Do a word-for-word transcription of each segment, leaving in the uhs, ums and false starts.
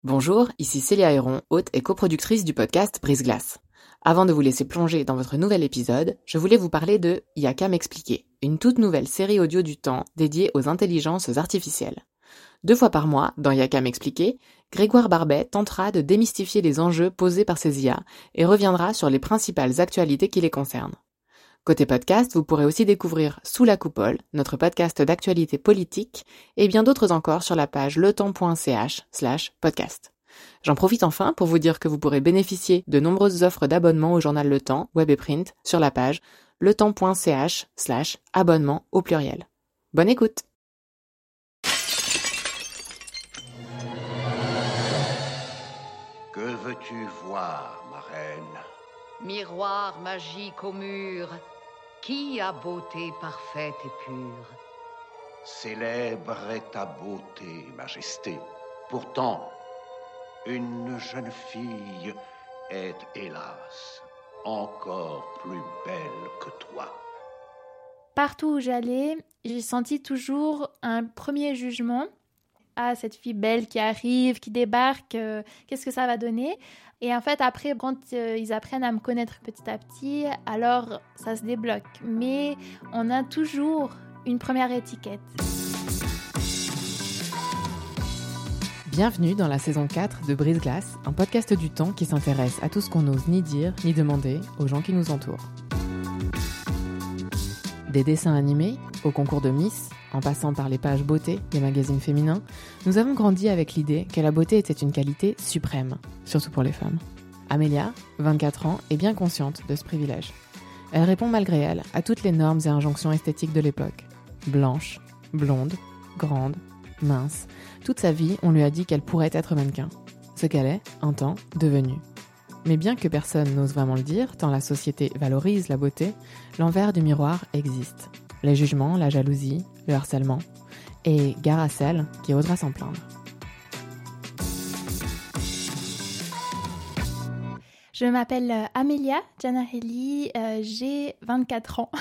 Bonjour, ici Célia Héron, hôte et coproductrice du podcast Brise-Glace. Avant de vous laisser plonger dans votre nouvel épisode, je voulais vous parler de Y'a qu'à m'expliquer, une toute nouvelle série audio du temps dédiée aux intelligences artificielles. Deux fois par mois, dans Y'a qu'à m'expliquer, Grégoire Barbet tentera de démystifier les enjeux posés par ces I A et reviendra sur les principales actualités qui les concernent. Côté podcast, vous pourrez aussi découvrir Sous la coupole, notre podcast d'actualité politique, et bien d'autres encore sur la page letemps.ch slash podcast. J'en profite enfin pour vous dire que vous pourrez bénéficier de nombreuses offres d'abonnement au journal Le Temps, web et print, sur la page letemps.ch slash abonnement au pluriel. Bonne écoute! Que veux-tu voir, ma reine? Miroir magique au mur, qui a beauté parfaite et pure? Célèbre est ta beauté, majesté. Pourtant, une jeune fille est, hélas, encore plus belle que toi. Partout où j'allais, j'ai senti toujours un premier jugement. Ah, cette fille belle qui arrive, qui débarque, euh, qu'est-ce que ça va donner? Et en fait, après, quand euh, ils apprennent à me connaître petit à petit, alors ça se débloque. Mais on a toujours une première étiquette. Bienvenue dans la saison quatre de Brise-Glace, un podcast du temps qui s'intéresse à tout ce qu'on n'ose ni dire ni demander aux gens qui nous entourent. Des dessins animés, au concours de Miss, en passant par les pages beauté des magazines féminins, nous avons grandi avec l'idée que la beauté était une qualité suprême, surtout pour les femmes. Amélia, vingt-quatre ans, est bien consciente de ce privilège. Elle répond malgré elle à toutes les normes et injonctions esthétiques de l'époque. Blanche, blonde, grande, mince, toute sa vie, on lui a dit qu'elle pourrait être mannequin. Ce qu'elle est, un temps, devenue. Mais bien que personne n'ose vraiment le dire, tant la société valorise la beauté, l'envers du miroir existe. Les jugements, la jalousie, le harcèlement, et gare à celle qui osera s'en plaindre. Je m'appelle Amélia Giannarelli, euh, j'ai vingt-quatre ans.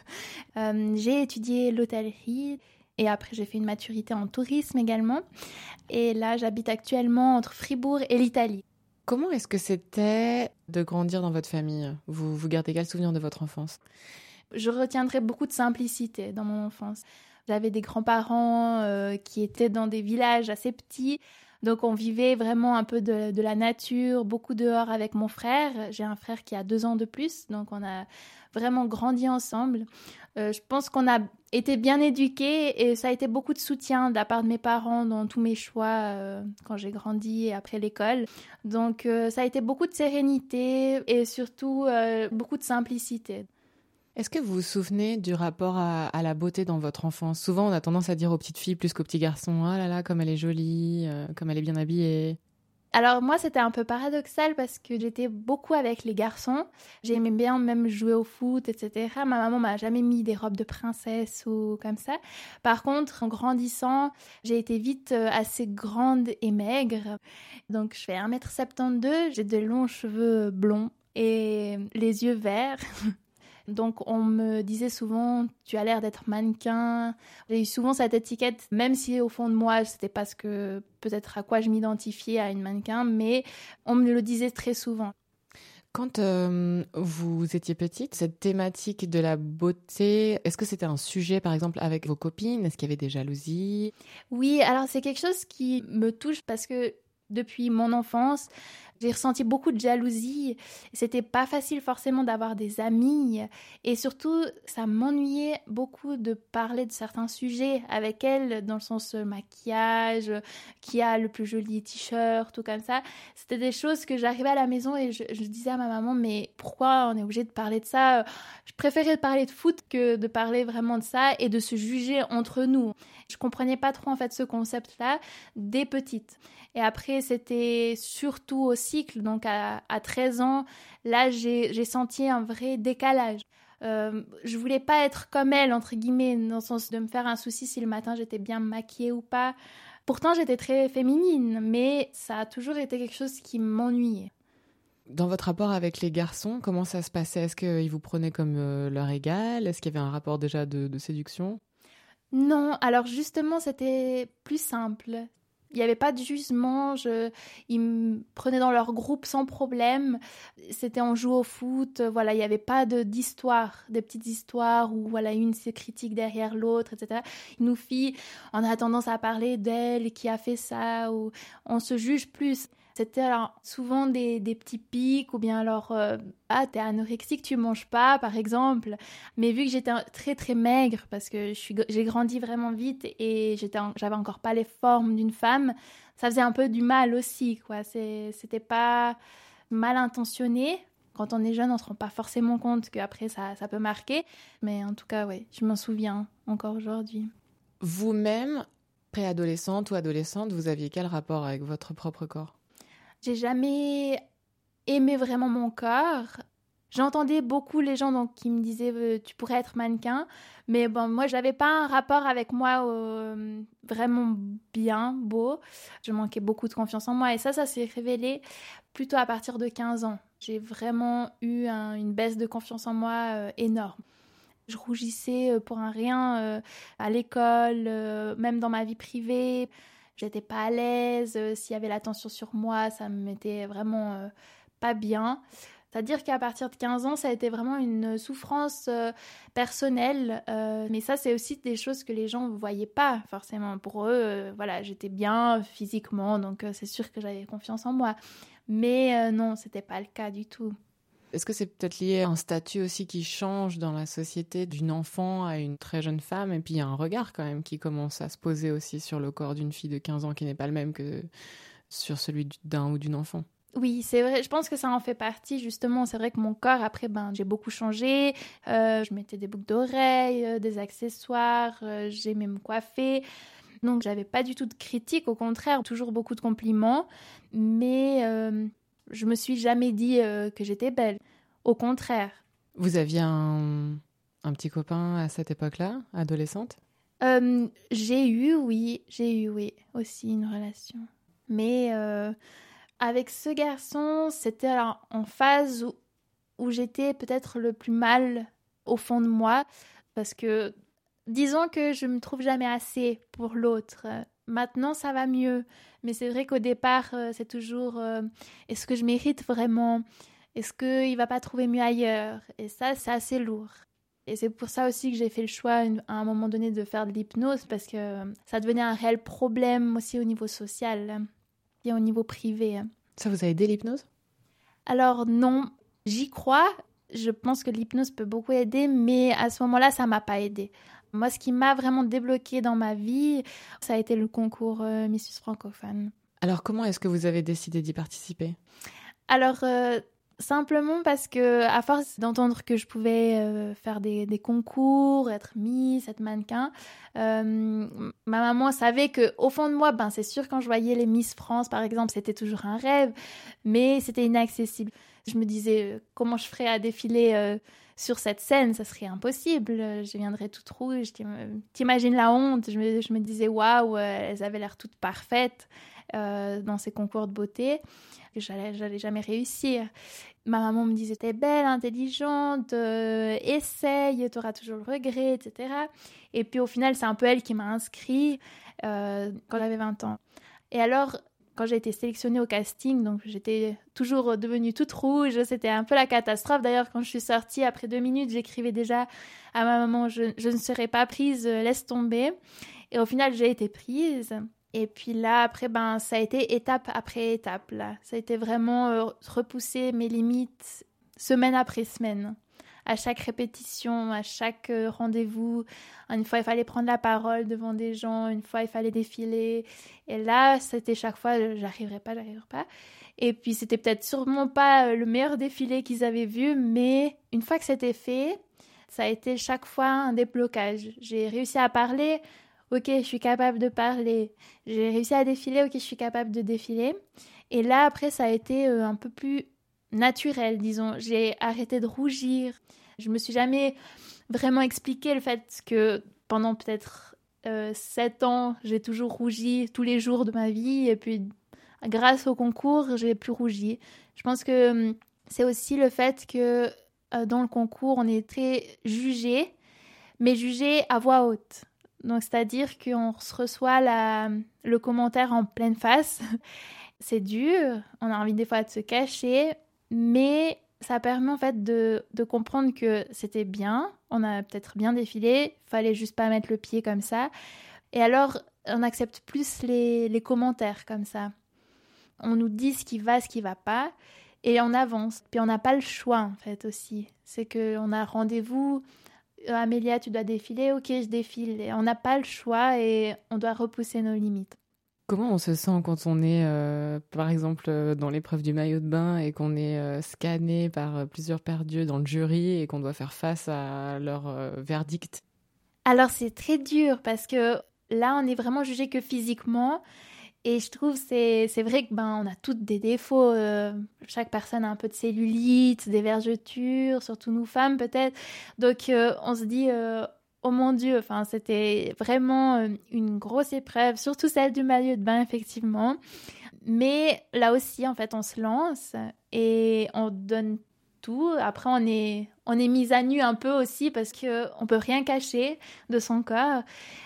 euh, j'ai étudié l'hôtellerie et après j'ai fait une maturité en tourisme également. Et là, j'habite actuellement entre Fribourg et l'Italie. Comment est-ce que c'était de grandir dans votre famille ? Vous, vous gardez quel souvenir de votre enfance ? Je retiendrai beaucoup de simplicité dans mon enfance. J'avais des grands-parents euh, qui étaient dans des villages assez petits, donc on vivait vraiment un peu de, de la nature, beaucoup dehors avec mon frère. J'ai un frère qui a deux ans de plus, donc on a vraiment grandi ensemble. Euh, je pense qu'on a été bien éduqués et ça a été beaucoup de soutien de la part de mes parents dans tous mes choix euh, quand j'ai grandi et après l'école. Donc euh, ça a été beaucoup de sérénité et surtout euh, beaucoup de simplicité. Est-ce que vous vous souvenez du rapport à, à la beauté dans votre enfance ? Souvent, on a tendance à dire aux petites filles plus qu'aux petits garçons « Oh là là, comme elle est jolie, euh, comme elle est bien habillée ». Alors moi, c'était un peu paradoxal parce que j'étais beaucoup avec les garçons. J'aimais bien même jouer au foot, et cetera. Ma maman m'a jamais mis des robes de princesse ou comme ça. Par contre, en grandissant, j'ai été vite assez grande et maigre. Donc je fais un mètre soixante-douze, j'ai de longs cheveux blonds et les yeux verts. Donc on me disait souvent « tu as l'air d'être mannequin ». J'ai eu souvent cette étiquette, même si au fond de moi, c'était pas ce que, peut-être à quoi je m'identifiais à une mannequin, mais on me le disait très souvent. Quand euh, vous étiez petite, cette thématique de la beauté, est-ce que c'était un sujet par exemple avec vos copines ? Est-ce qu'il y avait des jalousies ? Oui, alors c'est quelque chose qui me touche parce que depuis mon enfance, j'ai ressenti beaucoup de jalousie. C'était pas facile forcément d'avoir des amis. Et surtout, ça m'ennuyait beaucoup de parler de certains sujets avec elles, dans le sens maquillage, qui a le plus joli t-shirt, tout comme ça. C'était des choses que j'arrivais à la maison et je, je disais à ma maman, mais pourquoi on est obligé de parler de ça ? Je préférais parler de foot que de parler vraiment de ça et de se juger entre nous. Je comprenais pas trop en fait ce concept-là des petites. Et après, c'était surtout au cycle, donc à, à treize ans, là, j'ai, j'ai senti un vrai décalage. Euh, je voulais pas être comme elle, entre guillemets, dans le sens de me faire un souci si le matin j'étais bien maquillée ou pas. Pourtant, j'étais très féminine, mais ça a toujours été quelque chose qui m'ennuyait. Dans votre rapport avec les garçons, comment ça se passait ? Est-ce qu'ils vous prenaient comme euh, leur égal ? Est-ce qu'il y avait un rapport déjà de, de séduction ? Non, alors justement, c'était plus simple. Il n'y avait pas de jugement, je... ils me prenaient dans leur groupe sans problème. C'était on joue au foot, voilà, il n'y avait pas de, d'histoire, des petites histoires où voilà, une se critique derrière l'autre, et cetera. Nous filles, on a tendance à parler d'elle qui a fait ça, ou on se juge plus. C'était alors souvent des, des petits pics, ou bien alors, euh, ah, t'es anorexique, tu manges pas, par exemple. Mais vu que j'étais très très maigre, parce que je suis, j'ai grandi vraiment vite et j'étais, j'avais encore pas les formes d'une femme, ça faisait un peu du mal aussi, quoi. C'est, c'était pas mal intentionné. Quand on est jeune, on se rend pas forcément compte qu'après ça, ça peut marquer. Mais en tout cas, ouais, je m'en souviens encore aujourd'hui. Vous-même, préadolescente ou adolescente, vous aviez quel rapport avec votre propre corps ? J'ai jamais aimé vraiment mon corps. J'entendais beaucoup les gens donc, qui me disaient euh, tu pourrais être mannequin, mais bon, moi j'avais pas un rapport avec moi euh, vraiment bien, beau. Je manquais beaucoup de confiance en moi et ça, ça s'est révélé plutôt à partir de quinze ans. J'ai vraiment eu un, une baisse de confiance en moi euh, énorme. Je rougissais pour un rien euh, à l'école, euh, même dans ma vie privée. J'étais pas à l'aise, euh, s'il y avait l'attention sur moi, ça me mettait vraiment euh, pas bien. C'est-à-dire qu'à partir de quinze ans, ça a été vraiment une souffrance euh, personnelle. Euh, mais ça, c'est aussi des choses que les gens ne voyaient pas forcément. Pour eux, euh, voilà, j'étais bien physiquement, donc euh, c'est sûr que j'avais confiance en moi. Mais euh, non, c'était pas le cas du tout. Est-ce que c'est peut-être lié à un statut aussi qui change dans la société d'une enfant à une très jeune femme ? Et puis il y a un regard quand même qui commence à se poser aussi sur le corps d'une fille de quinze ans qui n'est pas le même que sur celui d'un ou d'une enfant. Oui, c'est vrai. Je pense que ça en fait partie, justement. C'est vrai que mon corps, après, ben, j'ai beaucoup changé. Euh, je mettais des boucles d'oreilles, euh, des accessoires. Euh, j'aimais me coiffer. Donc, j'avais pas du tout de critique. Au contraire, toujours beaucoup de compliments. Mais euh, je me suis jamais dit euh, que j'étais belle. Au contraire. Vous aviez un, un petit copain à cette époque-là, adolescente ? euh, J'ai eu, oui. J'ai eu, oui, aussi une relation. Mais... Euh, Avec ce garçon, c'était alors en phase où, où j'étais peut-être le plus mal au fond de moi, parce que disons que je me trouve jamais assez pour l'autre. Maintenant, ça va mieux, mais c'est vrai qu'au départ, c'est toujours euh, est-ce que je mérite vraiment ? Est-ce qu'il va pas trouver mieux ailleurs ? Et ça, c'est assez lourd. Et c'est pour ça aussi que j'ai fait le choix à un moment donné de faire de l'hypnose, parce que ça devenait un réel problème aussi au niveau social. Et au niveau privé. Ça vous a aidé l'hypnose ? Alors non, j'y crois. Je pense que l'hypnose peut beaucoup aider, mais à ce moment-là, ça m'a pas aidée. Moi, ce qui m'a vraiment débloquée dans ma vie, ça a été le concours euh, Miss Francophone. Alors comment est-ce que vous avez décidé d'y participer ? Alors, euh, simplement parce que, à force d'entendre que je pouvais euh, faire des, des concours, être Miss, être mannequin, euh, ma maman savait qu'au fond de moi, ben, c'est sûr, quand je voyais les Miss France, par exemple, c'était toujours un rêve, mais c'était inaccessible. Je me disais, euh, comment je ferais à défiler euh, sur cette scène ? Ça serait impossible. Je viendrais toute rouge. T'imagines la honte ? Je me, je me disais, waouh, elles avaient l'air toutes parfaites euh, dans ces concours de beauté. J'allais, j'allais jamais réussir. Ma maman me disait, t'es belle, intelligente, euh, essaye, t'auras toujours le regret, et cetera. Et puis au final, c'est un peu elle qui m'a inscrit euh, quand j'avais vingt ans. Et alors, quand j'ai été sélectionnée au casting, donc j'étais toujours devenue toute rouge, c'était un peu la catastrophe. D'ailleurs, quand je suis sortie, après deux minutes, j'écrivais déjà à ma maman, je, je ne serai pas prise, laisse tomber. Et au final, j'ai été prise. Et puis là, après, ben, ça a été étape après étape. Là. Ça a été vraiment euh, repousser mes limites semaine après semaine. À chaque répétition, à chaque euh, rendez-vous. Une fois, il fallait prendre la parole devant des gens. Une fois, il fallait défiler. Et là, c'était chaque fois, j'arriverai pas, j'arriverai pas. Et puis, c'était peut-être sûrement pas le meilleur défilé qu'ils avaient vu. Mais une fois que c'était fait, ça a été chaque fois un déblocage. J'ai réussi à parler. Ok, je suis capable de parler. J'ai réussi à défiler. Ok, je suis capable de défiler. Et là, après, ça a été euh, un peu plus naturel, disons. J'ai arrêté de rougir. Je me suis jamais vraiment expliqué le fait que pendant peut-être euh, sept ans, j'ai toujours rougi tous les jours de ma vie. Et puis, grâce au concours, j'ai plus rougi. Je pense que euh, c'est aussi le fait que euh, dans le concours, on est très jugé, mais jugé à voix haute. Donc, c'est-à-dire qu'on se reçoit la, le commentaire en pleine face. C'est dur, on a envie des fois de se cacher, mais ça permet en fait de, de comprendre que c'était bien, on a peut-être bien défilé, il fallait juste pas mettre le pied comme ça. Et alors, on accepte plus les, les commentaires comme ça. On nous dit ce qui va, ce qui va pas, et on avance. Puis on n'a pas le choix en fait aussi. C'est qu'on a rendez-vous, Amélia, tu dois défiler, ok, je défile. Et on n'a pas le choix et on doit repousser nos limites. Comment on se sent quand on est, euh, par exemple, euh, dans l'épreuve du maillot de bain et qu'on est euh, scanné par euh, plusieurs paires d'yeux dans le jury et qu'on doit faire face à leur euh, verdict? Alors, c'est très dur parce que là, on est vraiment jugé que physiquement. Et je trouve c'est c'est vrai que ben on a toutes des défauts. Euh, chaque personne a un peu de cellulite, des vergetures, surtout nous femmes peut-être. Donc, euh, on se dit... Euh, Oh mon Dieu, enfin, c'était vraiment une grosse épreuve, surtout celle du maillot de bain, effectivement. Mais là aussi, en fait, on se lance et on donne tout. Après, on est, on est mise à nu un peu aussi parce qu'on ne peut rien cacher de son corps.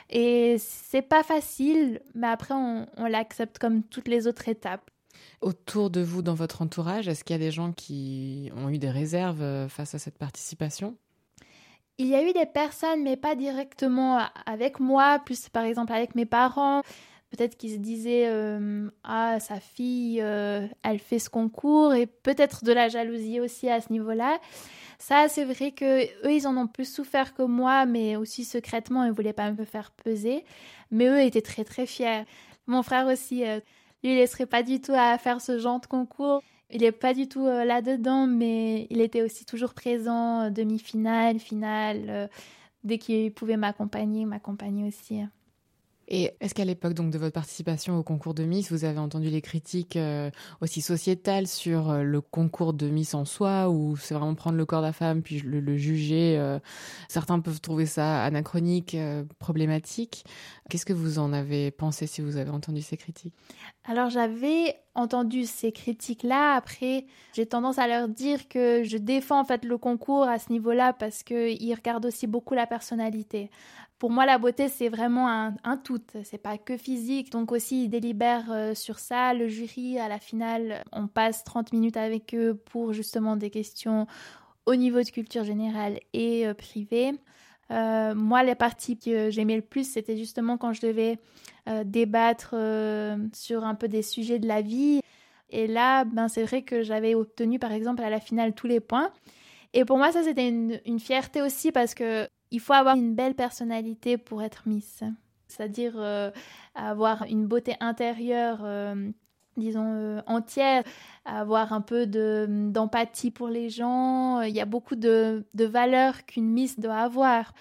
Et c'est pas facile, mais après, on, on l'accepte comme toutes les autres étapes. Autour de vous, dans votre entourage, est-ce qu'il y a des gens qui ont eu des réserves face à cette participation ? Il y a eu des personnes, mais pas directement avec moi, plus par exemple avec mes parents. Peut-être qu'ils se disaient euh, « Ah, sa fille, euh, elle fait ce concours » et peut-être de la jalousie aussi à ce niveau-là. Ça, c'est vrai qu'eux, ils en ont plus souffert que moi, mais aussi secrètement, ils ne voulaient pas me faire peser. Mais eux étaient très, très fiers. Mon frère aussi, euh, lui, il ne serait pas du tout à faire ce genre de concours. Il n'est pas du tout euh, là-dedans, mais il était aussi toujours présent, euh, demi-finale, finale. Euh, dès qu'il pouvait m'accompagner, m'accompagner aussi. Et est-ce qu'à l'époque donc, de votre participation au concours de Miss, vous avez entendu les critiques euh, aussi sociétales sur euh, le concours de Miss en soi, où c'est vraiment prendre le corps de la femme puis le, le juger euh, certains peuvent trouver ça anachronique, euh, problématique. Qu'est-ce que vous en avez pensé si vous avez entendu ces critiques ? Alors j'avais entendu ces critiques-là. Après, j'ai tendance à leur dire que je défends en fait le concours à ce niveau-là parce qu'ils regardent aussi beaucoup la personnalité. Pour moi, la beauté, c'est vraiment un, un tout. C'est pas que physique. Donc aussi, ils délibèrent euh, sur ça. Le jury, à la finale, on passe trente minutes avec eux pour justement des questions au niveau de culture générale et euh, privée. Euh, moi, les parties que j'aimais le plus, c'était justement quand je devais euh, débattre euh, sur un peu des sujets de la vie. Et là, ben, c'est vrai que j'avais obtenu, par exemple, à la finale, tous les points. Et pour moi, ça, c'était une, une fierté aussi parce que il faut avoir une belle personnalité pour être Miss. C'est-à-dire euh, avoir une beauté intérieure, euh, disons, euh, entière, avoir un peu de, d'empathie pour les gens. Il y a beaucoup de, de valeurs qu'une Miss doit avoir.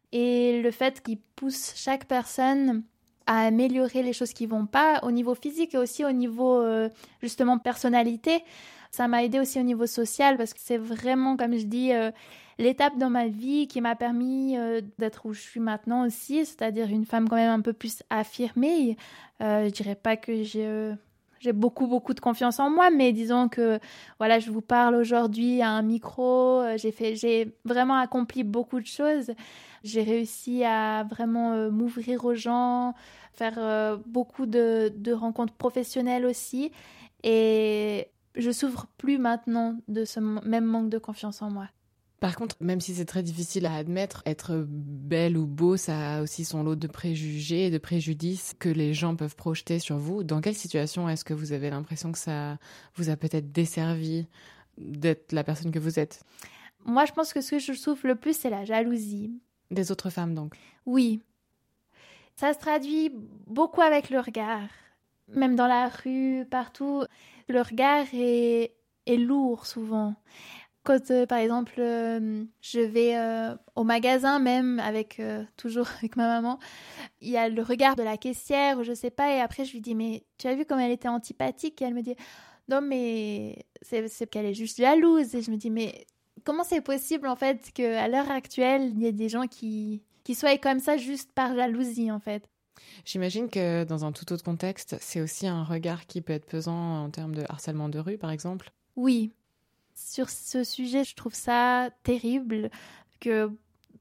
Et le fait qu'il pousse chaque personne à améliorer les choses qui ne vont pas, au niveau physique et aussi au niveau, euh, justement, personnalité, ça m'a aidé aussi au niveau social parce que c'est vraiment, comme je dis, euh, l'étape dans ma vie qui m'a permis euh, d'être où je suis maintenant aussi, c'est-à-dire une femme quand même un peu plus affirmée. Euh, je dirais pas que j'ai, euh, j'ai beaucoup, beaucoup de confiance en moi, mais disons que voilà, je vous parle aujourd'hui à un micro, euh, j'ai, fait, j'ai vraiment accompli beaucoup de choses. J'ai réussi à vraiment euh, m'ouvrir aux gens, faire euh, beaucoup de, de rencontres professionnelles aussi. Et je souffre plus maintenant de ce même manque de confiance en moi. Par contre, même si c'est très difficile à admettre, être belle ou beau, ça a aussi son lot de préjugés et de préjudices que les gens peuvent projeter sur vous. Dans quelle situation est-ce que vous avez l'impression que ça vous a peut-être desservi d'être la personne que vous êtes ? Moi, je pense que ce que je souffre le plus, c'est la jalousie. Des autres femmes, donc ? Oui. Ça se traduit beaucoup avec le regard. Même dans la rue, partout, le regard est, est lourd souvent. Quand, euh, par exemple, euh, je vais euh, au magasin même, avec euh, toujours avec ma maman, il y a le regard de la caissière, ou je sais pas, et après je lui dis « Mais tu as vu comme elle était antipathique ?» Et elle me dit « Non, mais c'est, c'est qu'elle est juste jalouse. » Et je me dis « Mais comment c'est possible, en fait, qu'à l'heure actuelle, il y ait des gens qui, qui soient comme ça juste par jalousie, en fait ?» J'imagine que dans un tout autre contexte, c'est aussi un regard qui peut être pesant en termes de harcèlement de rue, par exemple. Oui. Sur ce sujet, je trouve ça terrible que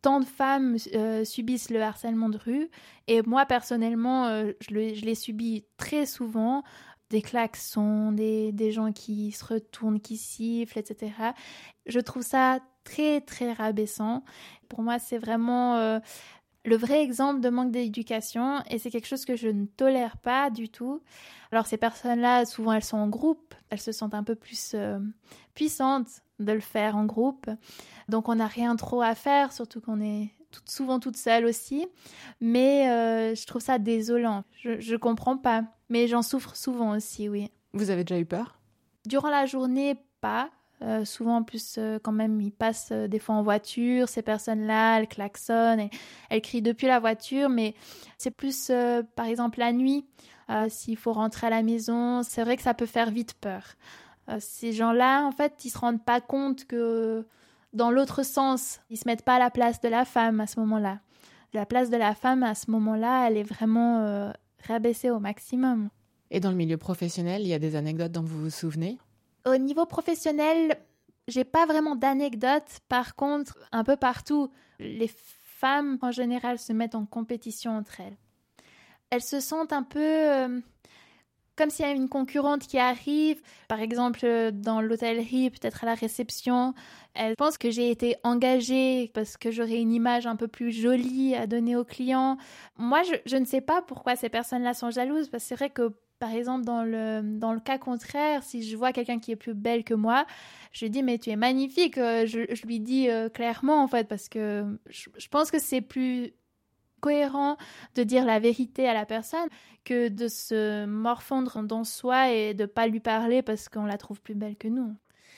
tant de femmes euh, subissent le harcèlement de rue. Et moi, personnellement, euh, je, le, je l'ai subi très souvent. Des klaxons, des, des gens qui se retournent, qui sifflent, et cetera. Je trouve ça très, très rabaissant. Pour moi, c'est vraiment euh, le vrai exemple de manque d'éducation et c'est quelque chose que je ne tolère pas du tout. Alors, ces personnes-là, souvent, elles sont en groupe. Elles se sentent un peu plus euh, puissantes de le faire en groupe. Donc, on n'a rien trop à faire, surtout qu'on est tout, souvent toute seule aussi. Mais euh, je trouve ça désolant. Je, je comprends pas. Mais j'en souffre souvent aussi, oui. Vous avez déjà eu peur ? Durant la journée, pas. Euh, souvent, en plus, euh, quand même, ils passent euh, des fois en voiture. Ces personnes-là, elles klaxonnent, et, elles crient depuis la voiture. Mais c'est plus, euh, par exemple, la nuit. Euh, s'il faut rentrer à la maison, c'est vrai que ça peut faire vite peur. Euh, ces gens-là, en fait, ils se rendent pas compte que dans l'autre sens, ils se mettent pas à la place de la femme à ce moment-là. La place de la femme, à ce moment-là, elle est vraiment... Euh, rabaisser au maximum. Et dans le milieu professionnel, il y a des anecdotes dont vous vous souvenez ? Au niveau professionnel, j'ai pas vraiment d'anecdotes. Par contre, un peu partout, les femmes en général se mettent en compétition entre elles. Elles se sentent un peu euh, comme s'il y a une concurrente qui arrive. Par exemple, dans l'hôtellerie, peut-être à la réception, elles pensent que j'ai été engagée parce que j'aurai une image un peu plus jolie à donner aux clients. Moi, je, je ne sais pas pourquoi ces personnes-là sont jalouses, parce que c'est vrai que, par exemple, dans le, dans le cas contraire, si je vois quelqu'un qui est plus belle que moi, je lui dis « mais tu es magnifique ». Je, je lui dis euh, clairement, en fait, parce que je, je pense que c'est plus cohérent de dire la vérité à la personne que de se morfondre dans soi et de pas lui parler parce qu'on la trouve plus belle que nous.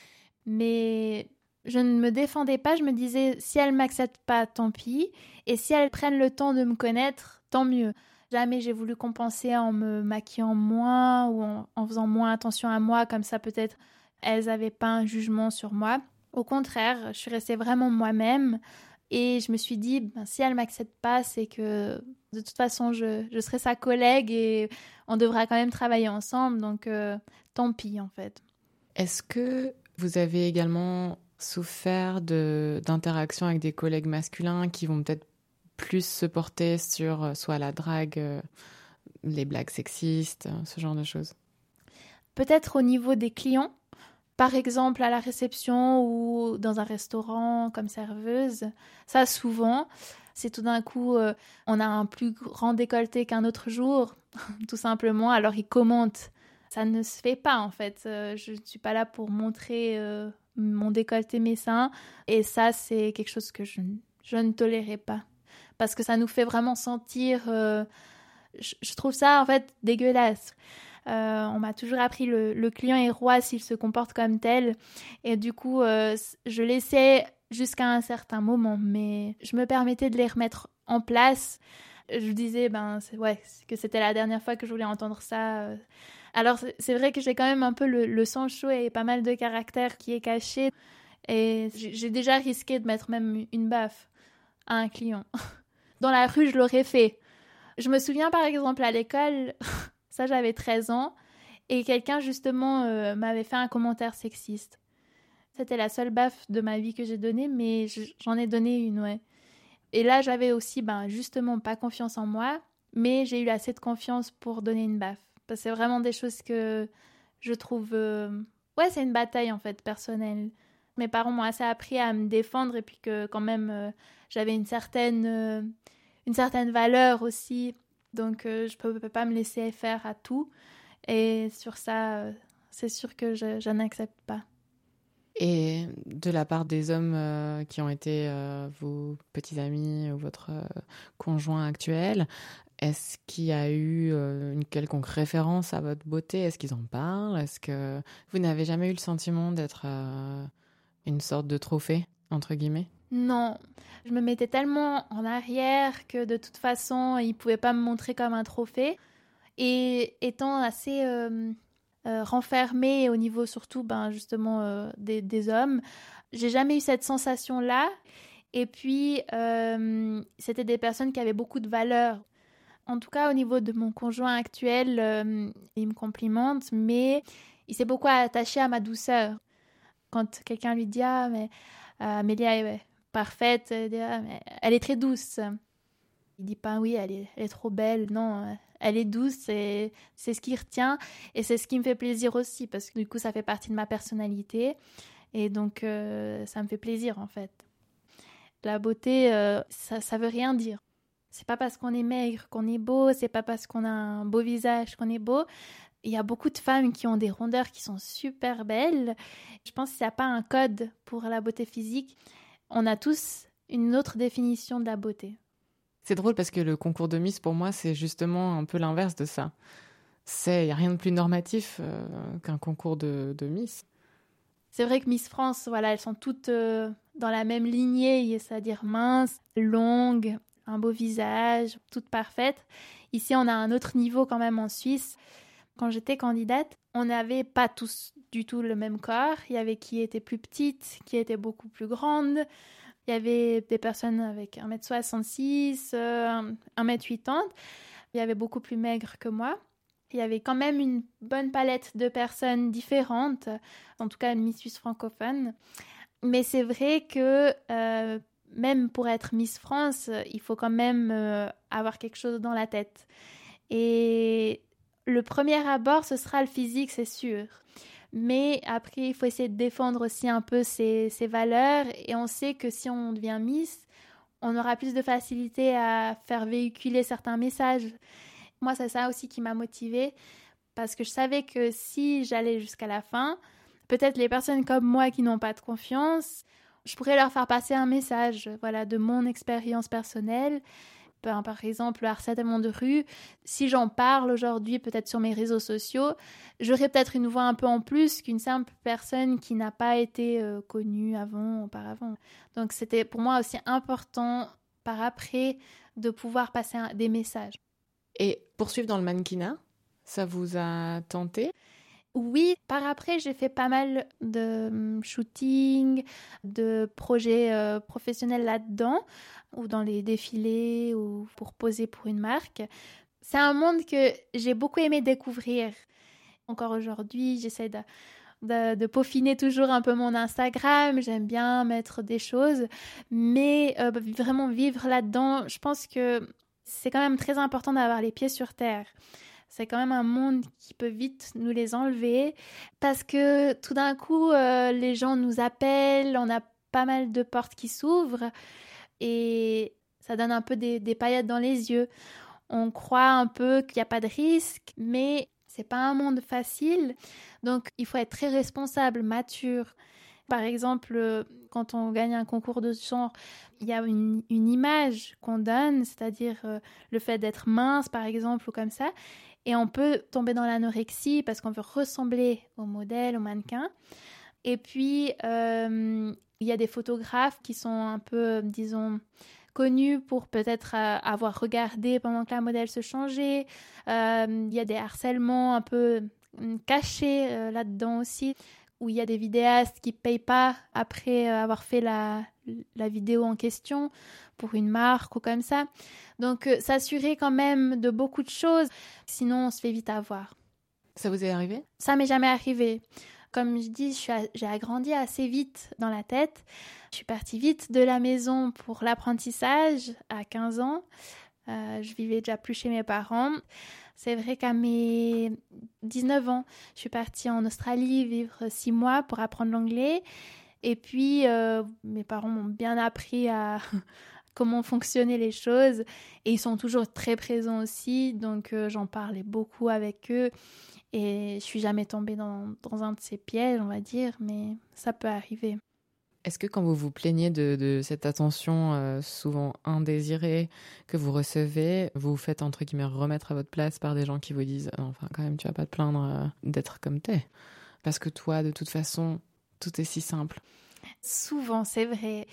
Mais je ne me défendais pas, je me disais si elles m'acceptent pas, tant pis, et si elles prennent le temps de me connaître, tant mieux. Jamais j'ai voulu compenser en me maquillant moins ou en, en faisant moins attention à moi, comme ça peut-être elles avaient pas un jugement sur moi. Au contraire, je suis restée vraiment moi-même. Et je me suis dit, ben, si elle ne m'accepte pas, c'est que de toute façon, je, je serai sa collègue et on devra quand même travailler ensemble. Donc, euh, tant pis, en fait. Est-ce que vous avez également souffert de, d'interactions avec des collègues masculins qui vont peut-être plus se porter sur soit la drague, euh, les blagues sexistes, ce genre de choses ? Peut-être au niveau des clients. Par exemple, à la réception ou dans un restaurant comme serveuse, ça souvent, c'est tout d'un coup, euh, on a un plus grand décolleté qu'un autre jour, tout simplement, alors ils commentent. Ça ne se fait pas en fait, euh, je ne suis pas là pour montrer euh, mon décolleté, mes seins, et ça c'est quelque chose que je, je ne tolérais pas, parce que ça nous fait vraiment sentir, euh, je, je trouve ça en fait dégueulasse. Euh, on m'a toujours appris le, le client est roi s'il se comporte comme tel. Et du coup, euh, je laissais jusqu'à un certain moment, mais je me permettais de les remettre en place. Je disais ben, c'est, ouais, que c'était la dernière fois que je voulais entendre ça. Alors, c'est, c'est vrai que j'ai quand même un peu le, le sang chaud et pas mal de caractère qui est caché. Et j'ai, j'ai déjà risqué de mettre même une baffe à un client. Dans la rue, je l'aurais fait. Je me souviens par exemple à l'école... Ça, j'avais treize ans, et quelqu'un, justement, euh, m'avait fait un commentaire sexiste. C'était la seule baffe de ma vie que j'ai donnée, mais j'en ai donné une, ouais. Et là, j'avais aussi, ben, justement, pas confiance en moi, mais j'ai eu assez de confiance pour donner une baffe. Parce que c'est vraiment des choses que je trouve... Euh... Ouais, c'est une bataille, en fait, personnelle. Mes parents m'ont assez appris à me défendre, et puis que, quand même, euh, j'avais une certaine, euh, une certaine valeur aussi. Donc, euh, je ne peux, peux pas me laisser faire à tout. Et sur ça, euh, c'est sûr que je, je n'accepte pas. Et de la part des hommes euh, qui ont été euh, vos petits amis ou votre euh, conjoint actuel, est-ce qu'il y a eu euh, une quelconque référence à votre beauté ? Est-ce qu'ils en parlent ? Est-ce que vous n'avez jamais eu le sentiment d'être euh, une sorte de trophée, entre guillemets ? Non, je me mettais tellement en arrière que de toute façon, ils ne pouvaient pas me montrer comme un trophée. Et étant assez euh, euh, renfermée au niveau surtout ben, justement euh, des, des hommes, j'ai jamais eu cette sensation-là. Et puis, euh, c'était des personnes qui avaient beaucoup de valeur. En tout cas, au niveau de mon conjoint actuel, euh, il me complimente, mais il s'est beaucoup attaché à ma douceur. Quand quelqu'un lui dit « Ah, mais euh, Amélia, ouais, parfaite, il dit, ah, mais elle est très douce. Il dit pas oui, elle est, elle est trop belle, non, elle est douce, et c'est ce qui retient et c'est ce qui me fait plaisir aussi parce que du coup ça fait partie de ma personnalité et donc euh, ça me fait plaisir en fait. La beauté, euh, ça, ça veut rien dire. C'est pas parce qu'on est maigre qu'on est beau, c'est pas parce qu'on a un beau visage qu'on est beau. Il y a beaucoup de femmes qui ont des rondeurs qui sont super belles. Je pense qu'il n'y a pas un code pour la beauté physique. On a tous une autre définition de la beauté. C'est drôle parce que le concours de Miss, pour moi, c'est justement un peu l'inverse de ça. Il n'y a rien de plus normatif euh, qu'un concours de, de Miss. C'est vrai que Miss France, voilà, elles sont toutes euh, dans la même lignée, c'est-à-dire minces, longues, un beau visage, toutes parfaites. Ici, on a un autre niveau quand même en Suisse. Quand j'étais candidate, on n'avait pas tous du tout le même corps. Il y avait qui étaient plus petites, qui étaient beaucoup plus grandes. Il y avait des personnes avec un mètre soixante-six, euh, un mètre quatre-vingts. Il y avait beaucoup plus maigres que moi. Il y avait quand même une bonne palette de personnes différentes, en tout cas une Miss Suisse francophone. Mais c'est vrai que euh, même pour être Miss France, il faut quand même euh, avoir quelque chose dans la tête. Et le premier abord, ce sera le physique, c'est sûr. Mais après, il faut essayer de défendre aussi un peu ses, ses valeurs. Et on sait que si on devient Miss, on aura plus de facilité à faire véhiculer certains messages. Moi, c'est ça aussi qui m'a motivée. Parce que je savais que si j'allais jusqu'à la fin, peut-être les personnes comme moi qui n'ont pas de confiance, je pourrais leur faire passer un message, voilà, de mon expérience personnelle. Par exemple, le harcèlement de rue, si j'en parle aujourd'hui peut-être sur mes réseaux sociaux, j'aurais peut-être une voix un peu en plus qu'une simple personne qui n'a pas été euh, connue avant, auparavant. Donc c'était pour moi aussi important par après de pouvoir passer un, des messages. Et poursuivre dans le mannequinat, ça vous a tenté ? Oui, par après, j'ai fait pas mal de shooting, de projets euh, professionnels là-dedans, ou dans les défilés, ou pour poser pour une marque. C'est un monde que j'ai beaucoup aimé découvrir. Encore aujourd'hui, j'essaie de, de, de peaufiner toujours un peu mon Instagram. J'aime bien mettre des choses, mais euh, vraiment vivre là-dedans, je pense que c'est quand même très important d'avoir les pieds sur terre. C'est quand même un monde qui peut vite nous les enlever parce que tout d'un coup, euh, les gens nous appellent, on a pas mal de portes qui s'ouvrent et ça donne un peu des, des paillettes dans les yeux. On croit un peu qu'il n'y a pas de risque, mais c'est pas un monde facile. Donc, il faut être très responsable, mature. Par exemple, quand on gagne un concours de genre, il y a une, une image qu'on donne, c'est-à-dire euh, le fait d'être mince, par exemple, ou comme ça. Et on peut tomber dans l'anorexie parce qu'on veut ressembler au modèle, au mannequin. Et puis, euh, il y a des photographes qui sont un peu, disons, connus pour peut-être euh, avoir regardé pendant que la modèle se changeait. Euh, il y a des harcèlements un peu cachés euh, là-dedans aussi, où il y a des vidéastes qui ne payent pas après avoir fait la, la vidéo en question pour une marque ou comme ça. Donc, euh, s'assurer quand même de beaucoup de choses, sinon on se fait vite avoir. Ça vous est arrivé ? Ça m'est jamais arrivé. Comme je dis, je suis a, j'ai agrandi assez vite dans la tête. Je suis partie vite de la maison pour l'apprentissage à quinze ans. Euh, je vivais déjà plus chez mes parents. C'est vrai qu'à mes dix-neuf ans, je suis partie en Australie vivre six mois pour apprendre l'anglais. Et puis, euh, mes parents m'ont bien appris à comment fonctionnaient les choses. Et ils sont toujours très présents aussi. Donc, euh, j'en parlais beaucoup avec eux. Et je suis jamais tombée dans, dans un de ces pièges, on va dire. Mais ça peut arriver. Est-ce que quand vous vous plaignez de, de cette attention euh, souvent indésirée que vous recevez, vous vous faites entre guillemets remettre à votre place par des gens qui vous disent « Enfin, quand même, tu vas pas te plaindre euh, d'être comme t'es. Parce que toi, de toute façon, tout est si simple. » Souvent, c'est vrai.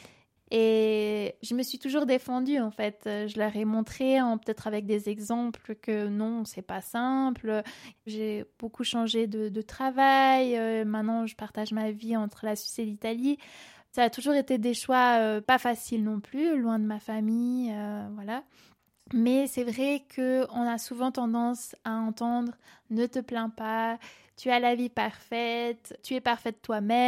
Et je me suis toujours défendue, en fait. Je leur ai montré, hein, peut-être avec des exemples, que non, c'est pas simple. J'ai beaucoup changé de, de travail. Euh, maintenant, je partage ma vie entre la Suisse et l'Italie. Ça a toujours été des choix euh, pas faciles non plus, loin de ma famille, euh, voilà. Mais c'est vrai qu'on a souvent tendance à entendre « ne te plains pas, tu as la vie parfaite, tu es parfaite toi-même ».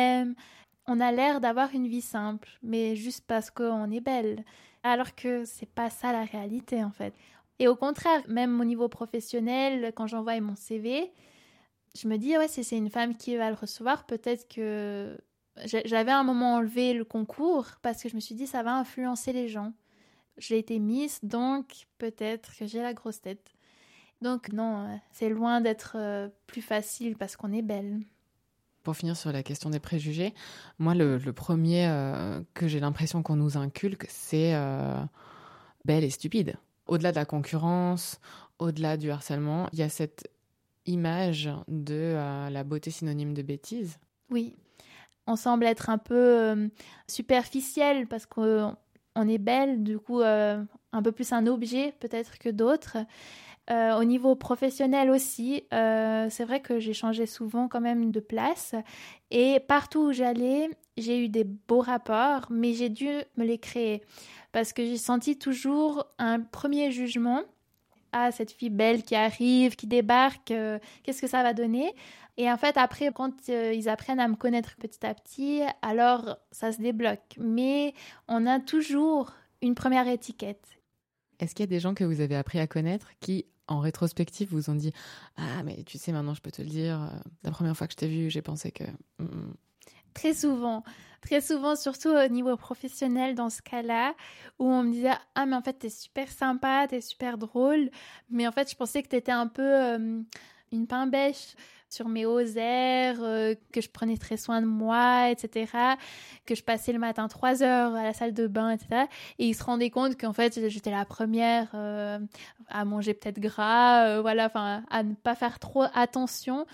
on a l'air d'avoir une vie simple, mais juste parce qu'on est belle. Alors que c'est pas ça la réalité, en fait. Et au contraire, même au niveau professionnel, quand j'envoie mon C V, je me dis, ouais, si c'est une femme qui va le recevoir, peut-être que... J'avais à un moment enlevé le concours parce que je me suis dit, ça va influencer les gens. J'ai été Miss, donc peut-être que j'ai la grosse tête. Donc non, c'est loin d'être plus facile parce qu'on est belle. Pour finir sur la question des préjugés, moi, le, le premier euh, que j'ai l'impression qu'on nous inculque, c'est euh, belle et stupide. Au-delà de la concurrence, au-delà du harcèlement, il y a cette image de euh, la beauté synonyme de bêtise. Oui, on semble être un peu euh, superficiel parce qu'on on est belle, du coup, euh, un peu plus un objet peut-être que d'autres. Euh, au niveau professionnel aussi, euh, c'est vrai que j'ai changé souvent quand même de place et partout où j'allais, j'ai eu des beaux rapports, mais j'ai dû me les créer parce que j'ai senti toujours un premier jugement. Ah, cette fille belle qui arrive, qui débarque, euh, qu'est-ce que ça va donner? Et en fait, après, quand euh, ils apprennent à me connaître petit à petit, alors ça se débloque. Mais on a toujours une première étiquette. Est-ce qu'il y a des gens que vous avez appris à connaître qui, en rétrospective, vous ont dit « Ah, mais tu sais, maintenant, je peux te le dire, euh, la première fois que je t'ai vue, j'ai pensé que... Mm, » Très souvent, très souvent, surtout au niveau professionnel dans ce cas-là, où on me disait « Ah, mais en fait, t'es super sympa, t'es super drôle. » Mais en fait, je pensais que t'étais un peu euh, une pain bêche sur mes hauts airs, euh, que je prenais très soin de moi, et cetera. Que je passais le matin trois heures à la salle de bain, et cetera. Et ils se rendaient compte qu'en fait, j'étais la première euh, à manger peut-être gras, euh, voilà, enfin, à ne pas faire trop attention.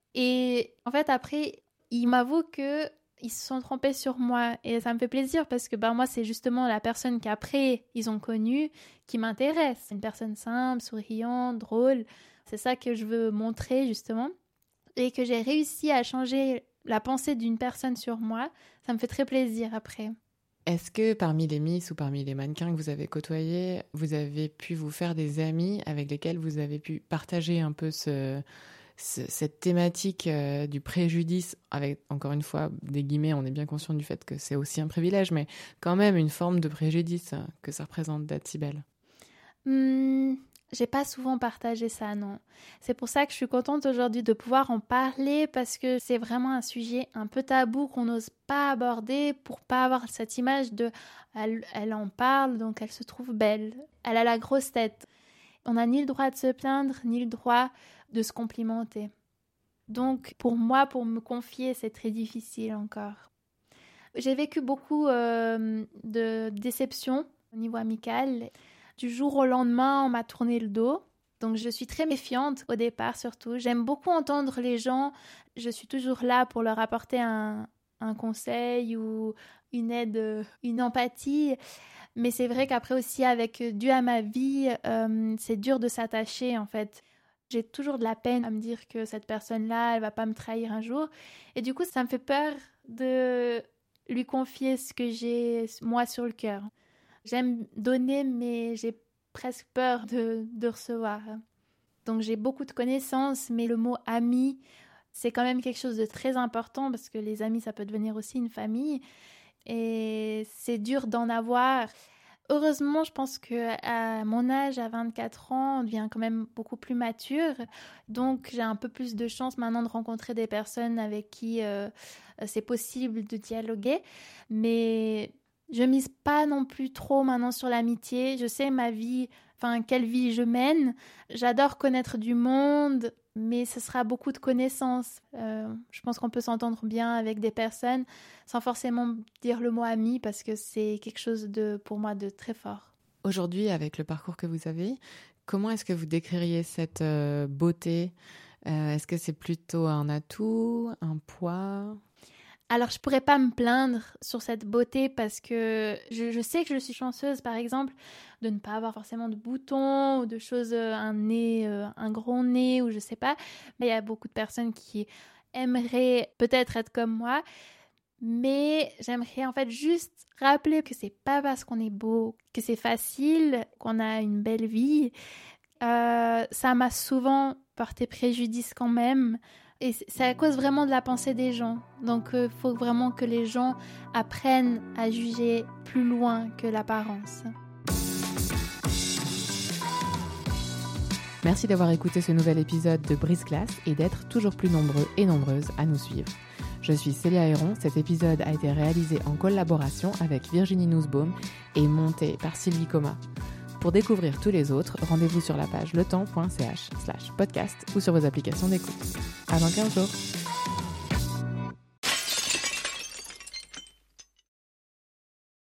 Et en fait, après... Ils m'avouent qu'ils se sont trompés sur moi et ça me fait plaisir parce que ben, moi, c'est justement la personne qu'après ils ont connue qui m'intéresse. Une personne simple, souriante, drôle. C'est ça que je veux montrer justement. Et que j'ai réussi à changer la pensée d'une personne sur moi, ça me fait très plaisir après. Est-ce que parmi les Miss ou parmi les mannequins que vous avez côtoyés, vous avez pu vous faire des amis avec lesquels vous avez pu partager un peu ce... cette thématique euh, du préjudice, avec encore une fois des guillemets, on est bien conscient du fait que c'est aussi un privilège, mais quand même une forme de préjudice hein, que ça représente d'être si belle. Mmh, j'ai pas souvent partagé ça, non. C'est pour ça que je suis contente aujourd'hui de pouvoir en parler parce que c'est vraiment un sujet un peu tabou qu'on n'ose pas aborder pour pas avoir cette image de elle, elle en parle donc elle se trouve belle, elle a la grosse tête. On n'a ni le droit de se plaindre, ni le droit de se complimenter. Donc, pour moi, pour me confier, c'est très difficile encore. J'ai vécu beaucoup euh, de déceptions au niveau amical. Du jour au lendemain, on m'a tourné le dos. Donc, je suis très méfiante au départ, surtout. J'aime beaucoup entendre les gens. Je suis toujours là pour leur apporter un, un conseil ou une aide, une empathie. Mais c'est vrai qu'après aussi, avec dû à ma vie, euh, c'est dur de s'attacher en fait. J'ai toujours de la peine à me dire que cette personne-là, elle va pas me trahir un jour. Et du coup, ça me fait peur de lui confier ce que j'ai moi sur le cœur. J'aime donner, mais j'ai presque peur de, de recevoir. Donc j'ai beaucoup de connaissances, mais le mot ami, c'est quand même quelque chose de très important parce que les amis, ça peut devenir aussi une famille. Et c'est dur d'en avoir. Heureusement, je pense qu'à mon âge, à vingt-quatre ans, on devient quand même beaucoup plus mature. Donc, j'ai un peu plus de chance maintenant de rencontrer des personnes avec qui euh, c'est possible de dialoguer. Mais je mise pas non plus trop maintenant sur l'amitié. Je sais ma vie, enfin, quelle vie je mène. J'adore connaître du monde, mais ce sera beaucoup de connaissances. Euh, je pense qu'on peut s'entendre bien avec des personnes sans forcément dire le mot ami parce que c'est quelque chose de, pour moi, de très fort. Aujourd'hui, avec le parcours que vous avez, comment est-ce que vous décririez cette euh, beauté ? euh, Est-ce que c'est plutôt un atout, un poids ? Alors, je pourrais pas me plaindre sur cette beauté parce que je, je sais que je suis chanceuse, par exemple, de ne pas avoir forcément de boutons ou de choses, un nez, un gros nez ou je sais pas. Mais il y a beaucoup de personnes qui aimeraient peut-être être comme moi. Mais j'aimerais en fait juste rappeler que c'est pas parce qu'on est beau, que c'est facile, qu'on a une belle vie. Euh, ça m'a souvent porté préjudice quand même. Et c'est à cause vraiment de la pensée des gens. Donc il euh, faut vraiment que les gens apprennent à juger plus loin que l'apparence. Merci d'avoir écouté ce nouvel épisode de Brise-Glace et d'être toujours plus nombreux et nombreuses à nous suivre. Je suis Célia Héron, cet épisode a été réalisé en collaboration avec Virginie Nussbaum et monté par Sylvie Coma. Pour découvrir tous les autres, rendez-vous sur la page letemps point c h slash podcast ou sur vos applications d'écoute. À dans quinze jours.